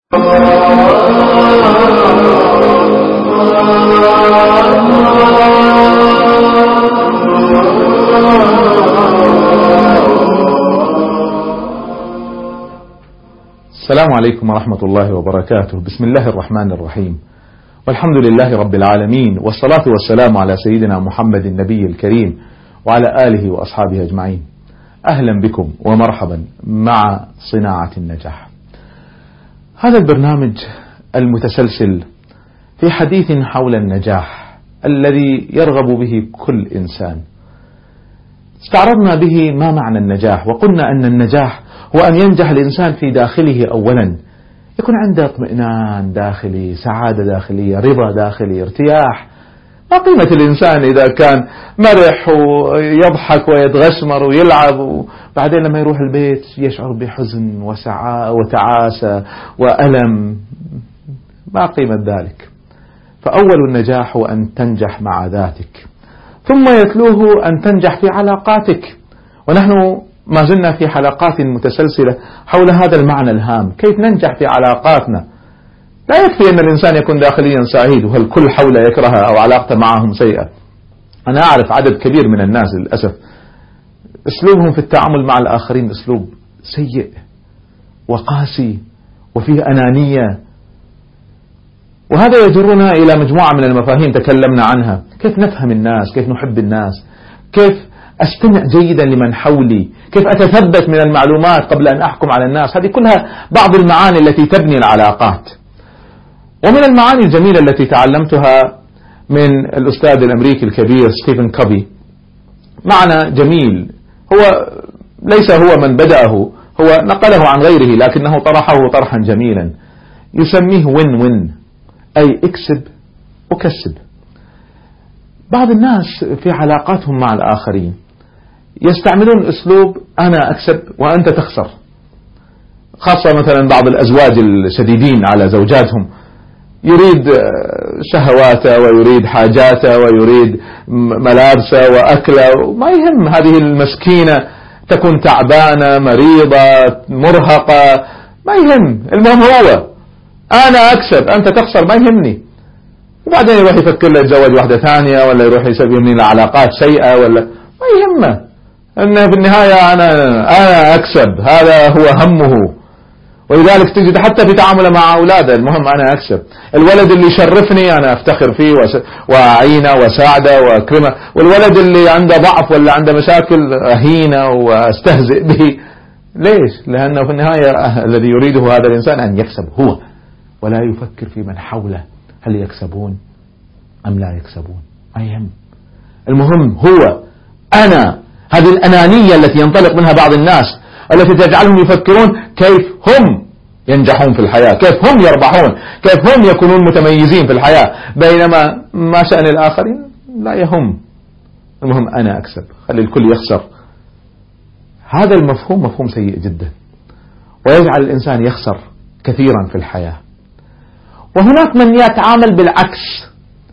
السلام عليكم ورحمة الله وبركاته. بسم الله الرحمن الرحيم، والحمد لله رب العالمين، والصلاة والسلام على سيدنا محمد النبي الكريم وعلى آله وأصحابه أجمعين. أهلا بكم ومرحبا مع صناعة النجاح، هذا البرنامج المتسلسل في حديث حول النجاح الذي يرغب به كل إنسان. استعرضنا به ما معنى النجاح، وقلنا أن النجاح هو أن ينجح الإنسان في داخله أولا، يكون عنده اطمئنان داخلي، سعادة داخلية، رضا داخلي، ارتياح. ما قيمة الإنسان إذا كان مرح ويضحك ويتغشمر ويلعب، وبعدين لما يروح البيت يشعر بحزن وتعاسة وألم؟ ما قيمة ذلك؟ فأول النجاح هو أن تنجح مع ذاتك، ثم يتلوه أن تنجح في علاقاتك. ونحن ما زلنا في حلقات متسلسلة حول هذا المعنى الهام، كيف ننجح في علاقاتنا. لا يكفي أن الإنسان يكون داخليا سعيد وهالكل حوله يكرهه أو علاقته معهم سيئة. أنا أعرف عدد كبير من الناس للأسف أسلوبهم في التعامل مع الآخرين أسلوب سيء وقاسي وفيه أنانية، وهذا يجرنا إلى مجموعة من المفاهيم تكلمنا عنها. كيف نفهم الناس، كيف نحب الناس، كيف أستمع جيدا لمن حولي، كيف أتثبت من المعلومات قبل أن أحكم على الناس. هذه كلها بعض المعاني التي تبني العلاقات. ومن المعاني الجميلة التي تعلمتها من الأستاذ الأمريكي الكبير ستيفن كوفي معنى جميل، هو ليس هو من بدأه، هو نقله عن غيره لكنه طرحه طرحا جميلا، يسميه وين وين، أي اكسب وكسب. بعض الناس في علاقاتهم مع الآخرين يستعملون أسلوب أنا أكسب وأنت تخسر، خاصة مثلا بعض الأزواج الشديدين على زوجاتهم، يريد شهواته ويريد حاجاته ويريد ملابسه وأكله، ما يهم. هذه المسكينة تكون تعبانة مريضة مرهقة، ما يهم، المهم هو أنا أكسب أنت تخسر، ما يهمني. وبعدين يروح يفكر له يتزوج واحدة ثانية، ولا يروح يبني له علاقات سيئة، ولا ما يهمه، أنه في النهاية أنا أكسب، هذا هو همه. ولذلك تجد حتى في تعامله مع أولاده المهم أنا أكسب. الولد اللي يشرفني أنا أفتخر فيه وأعينه وساعده وأكرمه، والولد اللي عنده ضعف ولا عنده مشاكل أهينه وأستهزئ به. ليش؟ لأنه في النهاية الذي يريده هذا الإنسان أن يكسب هو، ولا يفكر في من حوله هل يكسبون أم لا يكسبون، ما يهم. المهم هو أنا. هذه الأنانية التي ينطلق منها بعض الناس التي تجعلهم يفكرون كيف هم ينجحون في الحياة، كيف هم يربحون، كيف هم يكونون متميزين في الحياة، بينما ما شأن الآخرين لا يهم. المهم أنا أكسب، خلي الكل يخسر. هذا المفهوم مفهوم سيء جدا، ويجعل الإنسان يخسر كثيرا في الحياة. وهناك من يتعامل بالعكس،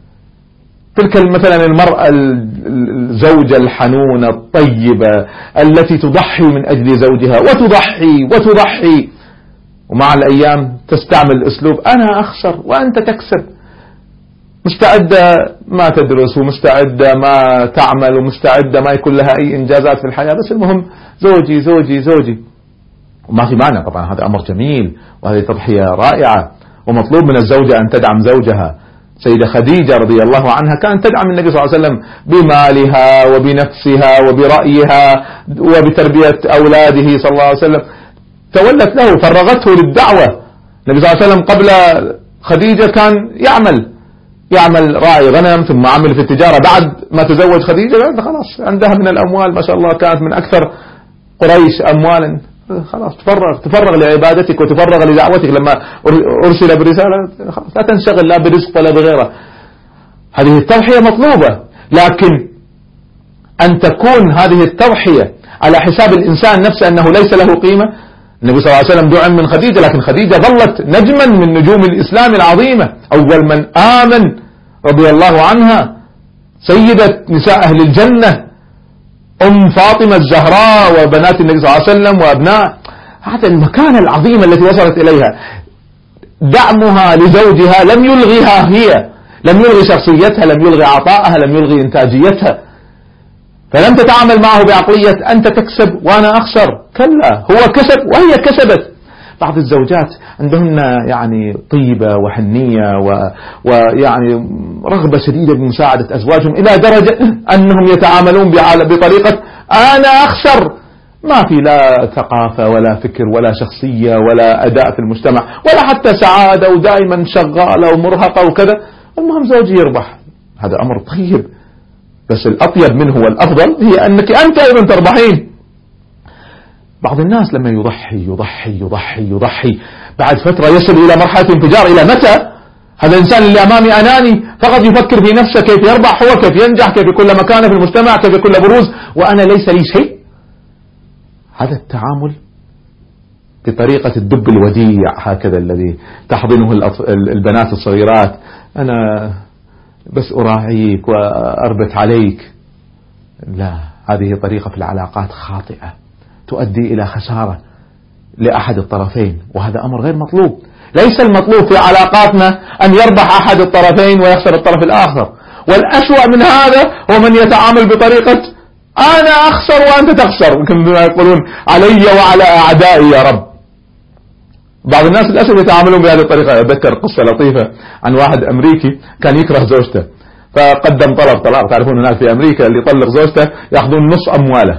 تلك مثلا المرأة الزوجة الحنونة الطيبة التي تضحي من أجل زوجها وتضحي، ومع الأيام تستعمل أسلوب أنا أخسر وأنت تكسب، مستعدة ما تدرس ومستعدة ما تعمل ومستعدة ما يكون لها أي إنجازات في الحياة، بس المهم زوجي زوجي زوجي. وما في معنى طبعا، هذا أمر جميل وهذه تضحية رائعة، ومطلوب من الزوجة أن تدعم زوجها. سيدة خديجة رضي الله عنها كانت تدعم النبي صلى الله عليه وسلم بمالها وبنفسها وبرأيها وبتربية أولاده صلى الله عليه وسلم، تولت له، فرغته للدعوة. النبي صلى الله عليه وسلم قبل خديجة كان يعمل راعي غنم، ثم عمل في التجارة. بعد ما تزوج خديجة خلاص عندها من الأموال ما شاء الله، كانت من أكثر قريش أموالا، خلاص تفرغ لعبادتك وتفرغ لدعوتك. لما أرسل برسالة خلاص لا تنشغل لا برزق ولا بغيره. هذه التضحية مطلوبة، لكن أن تكون هذه التضحية على حساب الإنسان نفسه أنه ليس له قيمة. النبي صلى الله عليه وسلم دعم من خديجة، لكن خديجة ظلت نجما من نجوم الإسلام العظيمة، أول من آمن رضي الله عنها، سيدة نساء أهل الجنة، أم فاطمة الزهراء وبنات النبي صلى الله عليه وسلم وأبناء. هذا المكانة العظيمة التي وصلت إليها. دعمها لزوجها لم يلغيها هي، لم يلغي شخصيتها، لم يلغي عطائها، لم يلغي إنتاجيتها. فلم تتعامل معه بعقلية أنت تكسب وأنا أخسر، كلا، هو كسب وهي كسبت. بعض الزوجات عندهن يعني طيبة وحنية ويعني رغبة شديدة بمساعدة أزواجهم إلى درجة أنهم يتعاملون بطريقة أنا أخسر. ما في لا ثقافة ولا فكر ولا شخصية ولا أداء في المجتمع ولا حتى سعادة، ودائما شغالة ومرهقة وكذا. المهم زوجي يربح، هذا أمر طيب، بس الأطيب منه والأفضل هي أنك أنت أيضا تربحين. بعض الناس لما يضحي يضحي يضحي يضحي بعد فترة يصل إلى مرحلة انفجار. إلى متى؟ هذا الإنسان اللي أمامي أناني، فقط يفكر في نفسه كيف يربح هو، كيف ينجح، كيف يكون له مكانة في المجتمع، كيف يكون له بروز، وأنا ليس لي شيء. هذا التعامل بطريقة الدب الوديع هكذا الذي تحضنه البنات الصغيرات، أنا بس أراعيك وأربت عليك. لا، هذه طريقة في العلاقات خاطئة تؤدي إلى خسارة لأحد الطرفين، وهذا أمر غير مطلوب. ليس المطلوب في علاقاتنا أن يربح أحد الطرفين ويخسر الطرف الآخر. والأسوأ من هذا هو من يتعامل بطريقة أنا أخسر وأنت تخسر، كما يقولون علي وعلى أعدائي يا رب. بعض الناس للأسف يتعاملون بهذه الطريقة. أذكر قصة لطيفة عن واحد أمريكي كان يكره زوجته، فقدم طلب طلاق. تعرفون هناك في أمريكا اللي يطلق زوجته يأخذون نصف أمواله،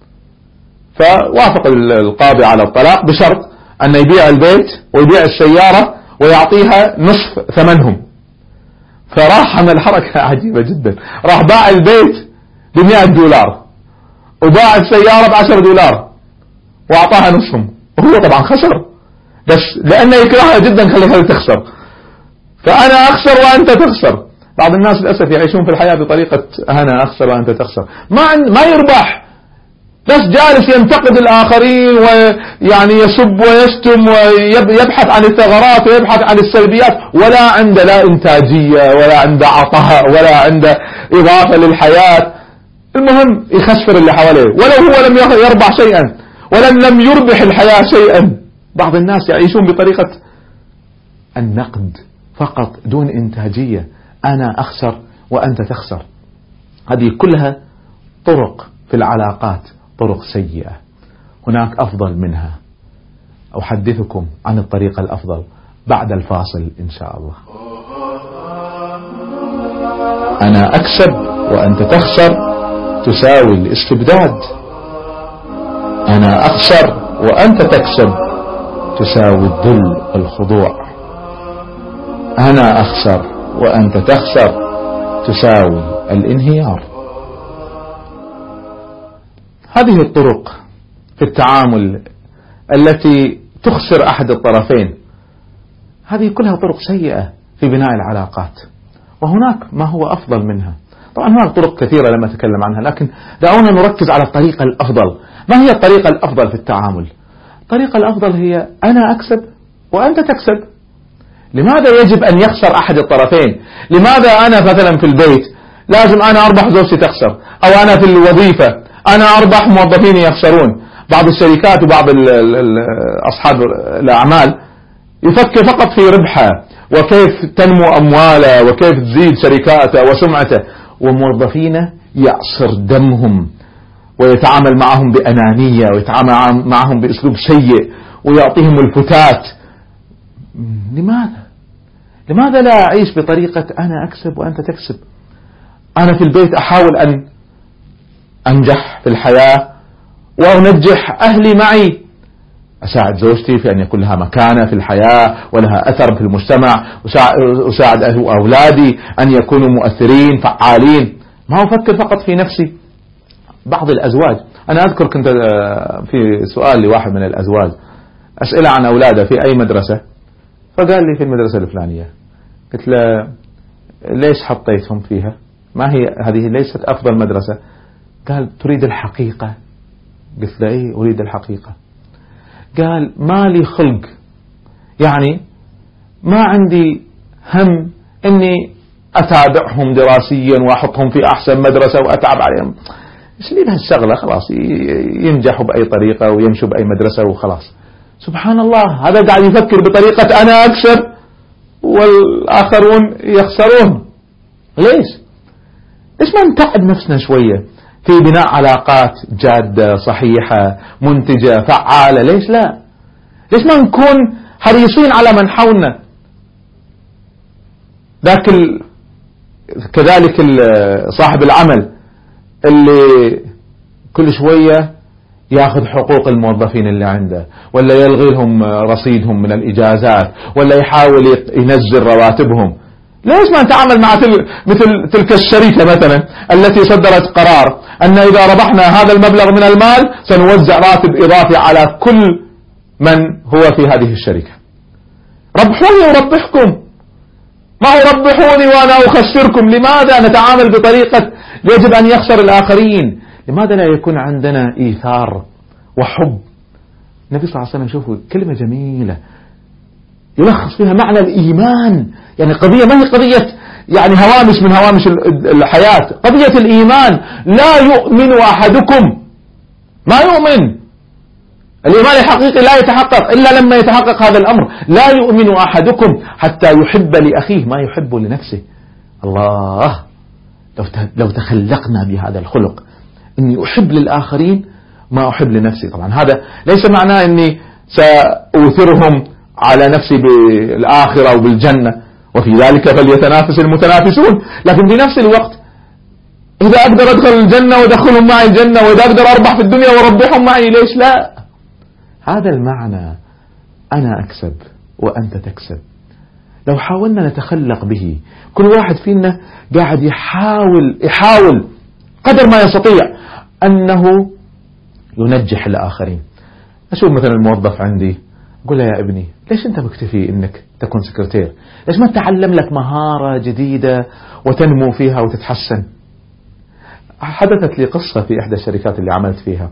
فوافق القاضي على الطلاق بشرط أن يبيع البيت ويبيع السيارة ويعطيها نصف ثمنهم. فراح عمل حركة عجيبة جدا، راح باع البيت $100 وباع السيارة $10 وأعطاها نصفهم، وهو طبعا خسر، بس لأنه يكرهها جدا خليها تخسر. فأنا أخسر وأنت تخسر. بعض الناس للأسف يعيشون في الحياة بطريقة أنا أخسر وأنت تخسر، ما يربح، بس جالس ينتقد الآخرين ويعني يسب ويشتم ويبحث عن الثغرات ويبحث عن السلبيات، ولا عنده لا إنتاجية ولا عنده عطاء ولا عنده إضافة للحياة. المهم يخسر اللي حواليه، ولو هو لم يربح شيئا لم يربح الحياة شيئا. بعض الناس يعيشون بطريقة النقد فقط دون إنتاجية، أنا أخسر وأنت تخسر. هذه كلها طرق في العلاقات، طرق سيئة. هناك أفضل منها. أحدثكم عن الطريقة الأفضل بعد الفاصل إن شاء الله. أنا أكسب وأنت تخسر تساوي الاستبداد. أنا أخسر وأنت تكسب تساوي الذل والخضوع. أنا أخسر وأنت تخسر تساوي الانهيار. هذه الطرق في التعامل التي تخسر أحد الطرفين، هذه كلها طرق سيئة في بناء العلاقات، وهناك ما هو أفضل منها. طبعا هناك طرق كثيرة لما أتكلم عنها، لكن دعونا نركز على الطريقة الأفضل. ما هي الطريقة الأفضل في التعامل؟ الطريقة الأفضل هي أنا أكسب وأنت تكسب. لماذا يجب أن يخسر أحد الطرفين؟ لماذا أنا مثلا في البيت لازم أنا أربح زوجتي تخسر، أو أنا في الوظيفة أنا أربح موظفيني يخسرون؟ بعض الشركات وبعض أصحاب الأعمال يفكر فقط في ربحه وكيف تنمو أمواله وكيف تزيد شركاته وسمعته، وموظفينه يعصر دمهم ويتعامل معهم بأنانية ويتعامل معهم بأسلوب سيء ويعطيهم الفتات. لماذا لا أعيش بطريقة أنا أكسب وأنت تكسب؟ أنا في البيت أحاول أن أنجح في الحياة وأنجح أهلي معي، أساعد زوجتي في أن يكون لها مكانة في الحياة ولها أثر في المجتمع، أساعد أولادي أن يكونوا مؤثرين فعالين، ما أفكر فقط في نفسي. بعض الأزواج، أنا أذكر كنت في سؤال لواحد من الأزواج أسئلة عن أولاده في أي مدرسة، فقال لي في المدرسة الفلانية. قلت له ليش حطيتهم فيها؟ ما هي هذه ليست أفضل مدرسة؟ قال تريد الحقيقة؟ قلت له إيه أريد الحقيقة. قال ما لي خلق، يعني ما عندي هم أني أتابعهم دراسيا وأحطهم في أحسن مدرسة وأتعب عليهم، إيش لي بهالشغلة، خلاص ينجحوا بأي طريقة ويمشوا بأي مدرسة وخلاص. سبحان الله، هذا قاعد يفكر بطريقة أنا أكسب والآخرون يخسرون. ليش ما نتعب نفسنا شوية في بناء علاقات جادة صحيحة منتجة فعالة؟ ليش لا؟ ليش ما نكون حريصين على من حولنا؟ كذلك صاحب العمل اللي كل شوية ياخذ حقوق الموظفين اللي عنده، ولا يلغي لهم رصيدهم من الإجازات، ولا يحاول ينزل رواتبهم. ليش ما نتعامل مع مثل تلك الشركة مثلا التي صدرت قرار أن إذا ربحنا هذا المبلغ من المال سنوزع راتب إضافي على كل من هو في هذه الشركة. ربحوني وربحكم، ما هو ربحوني وأنا أخسركم. لماذا نتعامل بطريقة يجب أن يخسر الآخرين؟ لماذا لا يكون عندنا إيثار وحب؟ النبي صلى الله عليه وسلم شوفوا كلمة جميلة يلخص فيها معنى الإيمان. يعني قضية ما هي قضية يعني هوامش من هوامش الحياة، قضية الإيمان. لا يؤمن أحدكم، ما يؤمن. الإيمان الحقيقي لا يتحقق إلا لما يتحقق هذا الأمر. لا يؤمن أحدكم حتى يحب لأخيه ما يحب لنفسه. الله، لو تخلقنا بهذا الخلق، إني أحب للآخرين ما أحب لنفسي. طبعا هذا ليس معناه أني سأوثرهم على نفسي بالآخرة وبالجنة، وفي ذلك فليتنافس المتنافسون. لكن في نفس الوقت إذا أقدر أدخل الجنة وأدخلهم معي الجنة، وإذا أقدر أربح في الدنيا وأربحهم معي، ليش لا؟ هذا المعنى، أنا أكسب وأنت تكسب. لو حاولنا نتخلق به، كل واحد فينا قاعد يحاول قدر ما يستطيع أنه ينجح الآخرين. أشوف مثلا الموظف عندي، أقول له يا ابني ليش أنت مكتفي أنك تكون سكرتير؟ ليش ما تتعلم لك مهارة جديدة وتنمو فيها وتتحسن؟ حدثت لي قصة في إحدى الشركات اللي عملت فيها.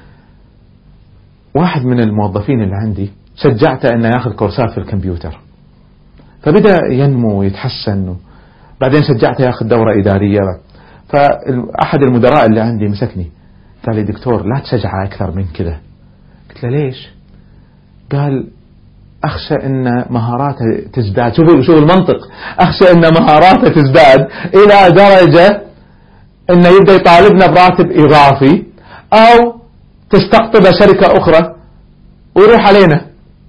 واحد من الموظفين اللي عندي شجعته أنه يأخذ كورسات في الكمبيوتر، فبدأ ينمو ويتحسن. بعدين شجعته يأخذ دورة إدارية. فأحد المدراء اللي عندي مسكني قال لي دكتور لا تشجعه أكثر من كذا. قلت له ليش؟ قال أخشى أن مهاراته تزداد. شوفوا المنطق، أخشى أن مهاراته تزداد إلى درجة أنه يبدأ يطالبنا براتب إضافي أو تستقطب شركة أخرى ويروح علينا.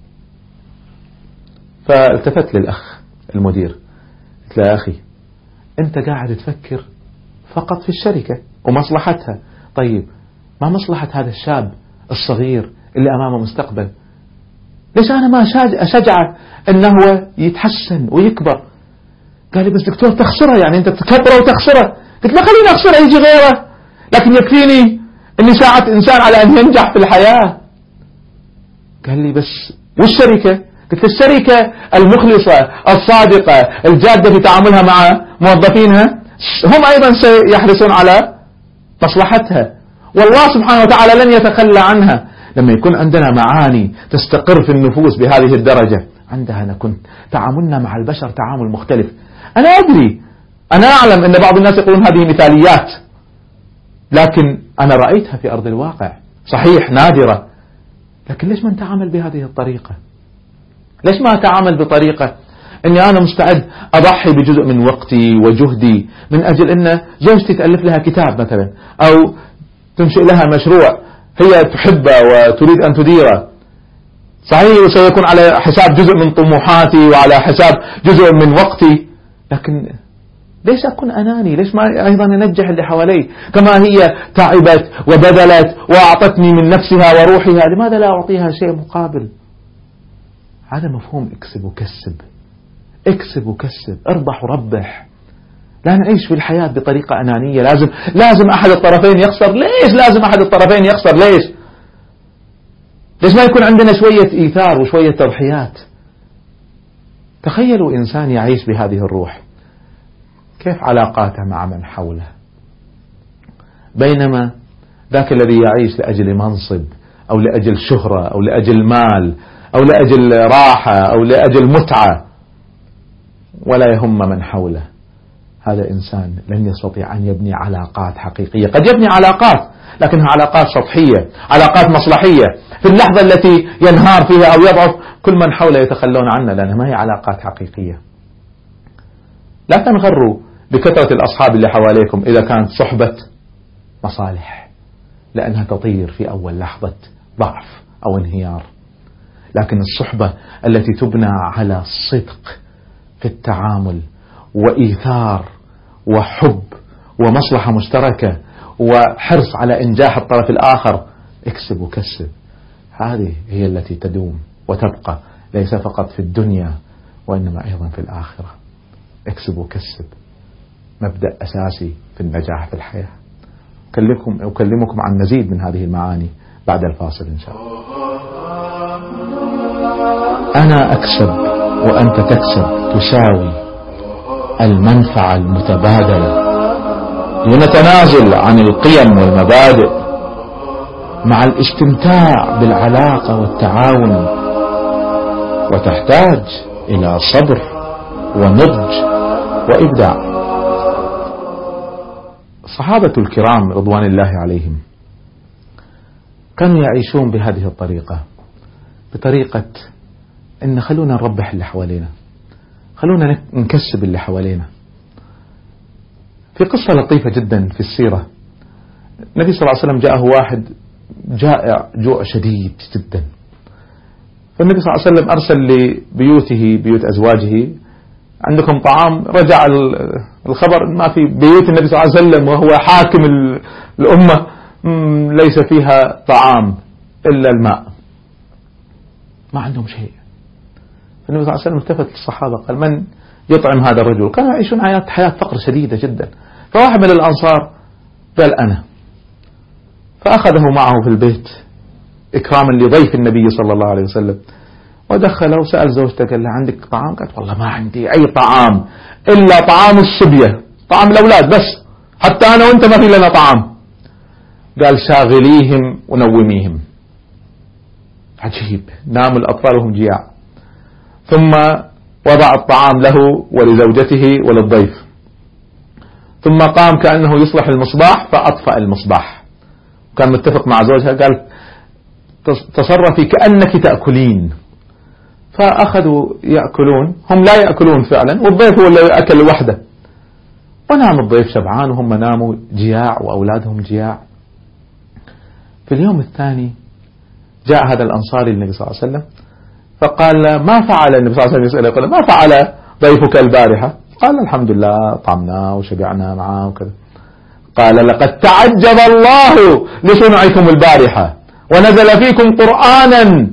فالتفت للأخ المدير قلت له يا أخي أنت قاعد تفكر فقط في الشركة ومصلحتها. طيب ما مصلحة هذا الشاب الصغير اللي أمامه مستقبل؟ ليش أنا ما أشجعه أنه هو يتحسن ويكبر؟ قال لي بس دكتور تخسره، يعني أنت تكبره وتخسره. قلت له خليني أخسره يجي غيره، لكن يكفيني أني ساعدت إنسان على أن ينجح في الحياة. قال لي بس والشركة؟ قلت الشركة المخلصة الصادقة الجادة في تعاملها مع موظفينها هم أيضا سيحرصون على مصلحتها، والله سبحانه وتعالى لن يتخلى عنها. لما يكون عندنا معاني تستقر في النفوس بهذه الدرجة، عندها نكون تعاملنا مع البشر تعامل مختلف. أنا أدري، أنا أعلم أن بعض الناس يقولون هذه مثاليات، لكن أنا رأيتها في أرض الواقع. صحيح نادرة، لكن ليش ما نتعامل بهذه الطريقة؟ ليش ما أتعامل بطريقة أني أنا مستعد أضحي بجزء من وقتي وجهدي من أجل أن زوجتي تألف لها كتاب مثلا، أو تنشئ لها مشروع هي تحبه وتريد أن تديره. صحيح سيكون على حساب جزء من طموحاتي وعلى حساب جزء من وقتي، لكن ليش أكون أناني؟ ليش ما أيضا أنجح اللي حوالي؟ كما هي تعبت وبذلت وأعطتني من نفسها وروحها، لماذا لا أعطيها شيء مقابل؟ هذا مفهوم اكسب وكسب. اكسب وكسب، اربح وربح. لا نعيش في الحياة بطريقة أنانية. لازم أحد الطرفين يخسر. ليش لازم أحد الطرفين يخسر؟ ليش ما يكون عندنا شوية إيثار وشوية تضحيات؟ تخيلوا إنسان يعيش بهذه الروح، كيف علاقاته مع من حوله؟ بينما ذاك الذي يعيش لأجل منصب أو لأجل شهرة أو لأجل مال أو لأجل راحة أو لأجل متعة ولا يهم من حوله، هذا إنسان لن يستطيع أن يبني علاقات حقيقية. قد يبني علاقات لكنها علاقات سطحية، علاقات مصلحية، في اللحظة التي ينهار فيها أو يضعف كل من حوله يتخلون عنه، لأنها ما هي علاقات حقيقية. لا تنغروا بكثرة الأصحاب اللي حواليكم إذا كانت صحبة مصالح، لأنها تطير في أول لحظة ضعف أو انهيار. لكن الصحبة التي تبنى على صدق في التعامل وإيثار وحب ومصلحة مشتركة وحرص على إنجاح الطرف الآخر، اكسب وكسب، هذه هي التي تدوم وتبقى، ليس فقط في الدنيا وإنما أيضا في الآخرة. اكسب وكسب مبدأ أساسي في النجاح في الحياة. أكلمكم عن مزيد من هذه المعاني بعد الفاصل إن شاء الله. أنا أكسب وأنت تكسب تساوي المنفعة المتبادلة، لنتنازل عن القيم والمبادئ مع الاستمتاع بالعلاقة والتعاون، وتحتاج إلى صبر ونضج وإبداع. الصحابة الكرام رضوان الله عليهم كانوا يعيشون بهذه الطريقة، بطريقة إن خلونا نربح اللي حوالينا، خلونا نكسب اللي حوالينا. في قصة لطيفة جدا في السيرة، النبي صلى الله عليه وسلم جاءه واحد جائع جوع شديد جدا، فالنبي صلى الله عليه وسلم أرسل لبيوته، بيوت أزواجه، عندكم طعام؟ رجع الخبر ما في بيوت النبي صلى الله عليه وسلم وهو حاكم الأمة ليس فيها طعام إلا الماء، ما عندهم شيء. فالنبي صلى الله عليه وسلم التفت للصحابة قال: من يطعم هذا الرجل؟ كانوا يعيشون حياة فقر شديدة جدا. فواحد من الأنصار قال: أنا. فأخذه معه في البيت إكراما لضيف النبي صلى الله عليه وسلم، ودخله وسأل زوجته قال: عندك طعام؟ قالت: والله ما عندي أي طعام إلا طعام الصبية، طعام الأولاد بس، حتى أنا وأنت ما في لنا طعام. قال: شاغليهم ونوميهم. عجيب، نام الأطفال وهم جياع. ثم وضع الطعام له ولزوجته وللضيف، ثم قام كأنه يصلح المصباح فأطفأ المصباح، كان متفق مع زوجها قال: تصرفي كأنك تأكلين. فأخذوا يأكلون، هم لا يأكلون فعلا، والضيف هو اللي أكل وحده، ونام الضيف شبعان وهم ناموا جياع وأولادهم جياع. في اليوم الثاني جاء هذا الأنصاري للنبي صلى الله عليه وسلم فقال: ما فعل؟ النبي صلى الله عليه وسلم يسأله يقول: ما فعل ضيفك البارحة؟ قال: الحمد لله طعمنا وشبعنا معه وكذا. قال: لقد تعجب الله لصنعكم البارحة ونزل فيكم قرآنا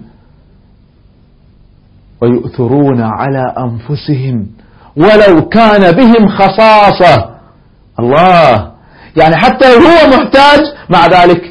ويؤثرون على أنفسهم ولو كان بهم خصاصة. الله، يعني حتى هو محتاج مع ذلك.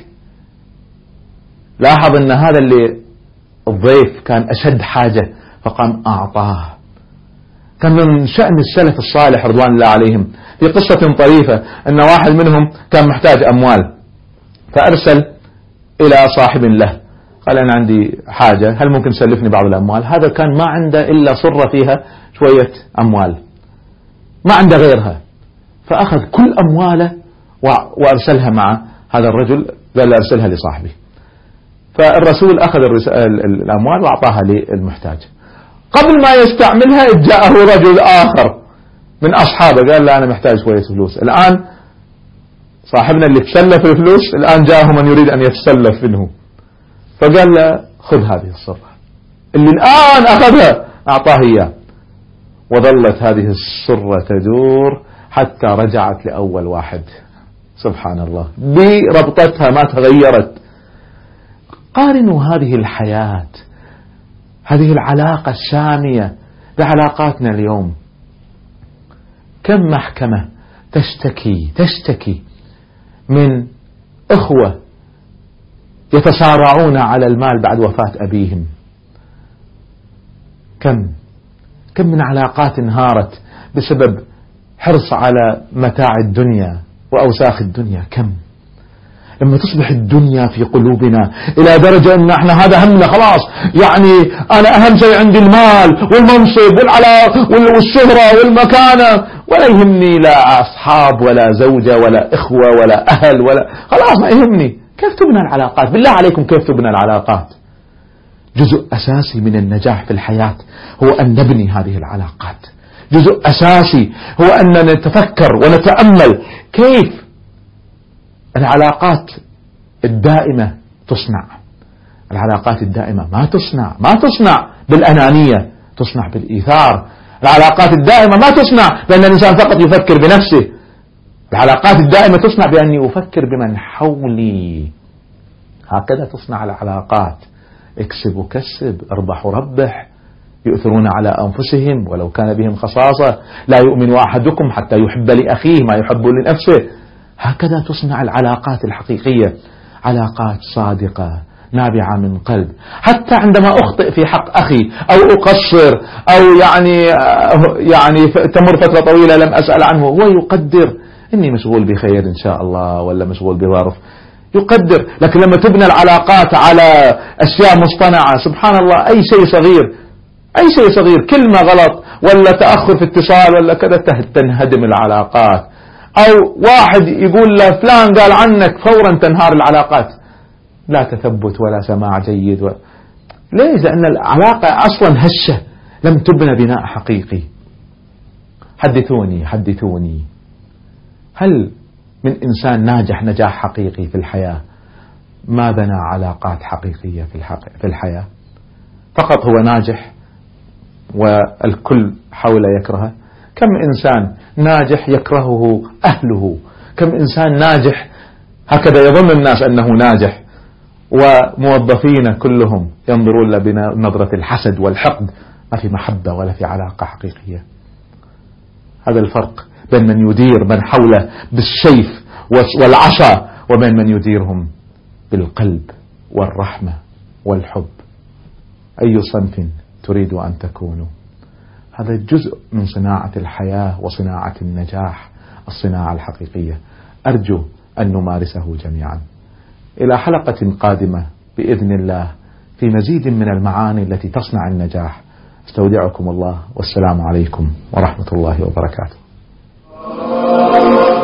لاحظ أن هذا اللي الضيف كان أشد حاجة فقام أعطاه. كان من شأن السلف الصالح رضوان الله عليهم في قصة طريفة أن واحد منهم كان محتاج أموال، فأرسل إلى صاحب له قال: أنا عندي حاجة، هل ممكن تسلفني بعض الأموال؟ هذا كان ما عنده إلا صرة فيها شوية أموال، ما عنده غيرها، فأخذ كل أمواله وأرسلها مع هذا الرجل، قال: أرسلها لصاحبي. فالرسول أخذ الأموال وأعطاها للمحتاج. قبل ما يستعملها جاءه رجل آخر من أصحابه قال: لا، أنا محتاج شوية فلوس. الآن صاحبنا اللي تسلف الفلوس الآن جاءه من يريد أن يتسلف منه، فقال له: خذ هذه الصرة اللي الآن أخذها، أعطاه إياه. وظلت هذه الصرة تدور حتى رجعت لأول واحد. سبحان الله، بربطتها ما تغيرت. قارنوا هذه الحياة، هذه العلاقة السامية بعلاقاتنا اليوم. كم محكمة تشتكي من أخوة يتصارعون على المال بعد وفاة أبيهم. كم من علاقات انهارت بسبب حرص على متاع الدنيا وأوساخ الدنيا. كم لما تصبح الدنيا في قلوبنا إلى درجة أن احنا هذا همنا خلاص، يعني أنا أهم شيء عندي المال والمنصب والعلاء والشهرة والمكانة، ولا يهمني لا أصحاب ولا زوجة ولا إخوة ولا أهل ولا، خلاص ما يهمني. كيف تبنى العلاقات؟ بالله عليكم كيف تبنى العلاقات؟ جزء أساسي من النجاح في الحياة هو أن نبني هذه العلاقات. جزء أساسي هو أن نتفكر ونتأمل كيف العلاقات الدائمة تصنع. العلاقات الدائمة ما تصنع بالأنانية، تصنع بالإيثار. العلاقات الدائمة ما تصنع بأن الإنسان فقط يفكر بنفسه. العلاقات الدائمة تصنع بأني أفكر بمن حولي. هكذا تصنع العلاقات. اكسب وكسب، اربح وربح. يؤثرون على أنفسهم ولو كان بهم خصاصة، لا يؤمن أحدكم حتى يحب لأخيه ما يحب لنفسه. هكذا تصنع العلاقات الحقيقية، علاقات صادقة نابعة من قلب. حتى عندما أخطئ في حق أخي أو أقصر أو يعني تمر فترة طويلة لم أسأل عنه، هو يقدر إني مشغول بخير إن شاء الله ولا مشغول بظرف، يقدر. لكن لما تبنى العلاقات على أشياء مصطنعة، سبحان الله، أي شيء صغير كلمة غلط ولا تأخر في اتصال ولا كذا تنهدم العلاقات. أو واحد يقول له فلان قال عنك، فورا تنهار العلاقات. لا تثبت ولا سماع جيد ليش؟ لأن العلاقة أصلا هشة، لم تبنى بناء حقيقي. حدثوني هل من إنسان ناجح نجاح حقيقي في الحياة ما بنى علاقات حقيقية في الحياة؟ فقط هو ناجح والكل حوله يكرهه. كم إنسان ناجح يكرهه أهله، كم إنسان ناجح هكذا يظن الناس أنه ناجح، وموظفين كلهم ينظرون له بنظرة الحسد والحقد، ما في محبة ولا في علاقة حقيقية. هذا الفرق بين من يدير من حوله بالسيف والعصا وبين من يديرهم بالقلب والرحمة والحب. أي صنف تريد أن تكونوا؟ هذا جزء من صناعة الحياة وصناعة النجاح، الصناعة الحقيقية. أرجو أن نمارسه جميعا. إلى حلقة قادمة بإذن الله في مزيد من المعاني التي تصنع النجاح. استودعكم الله، والسلام عليكم ورحمة الله وبركاته.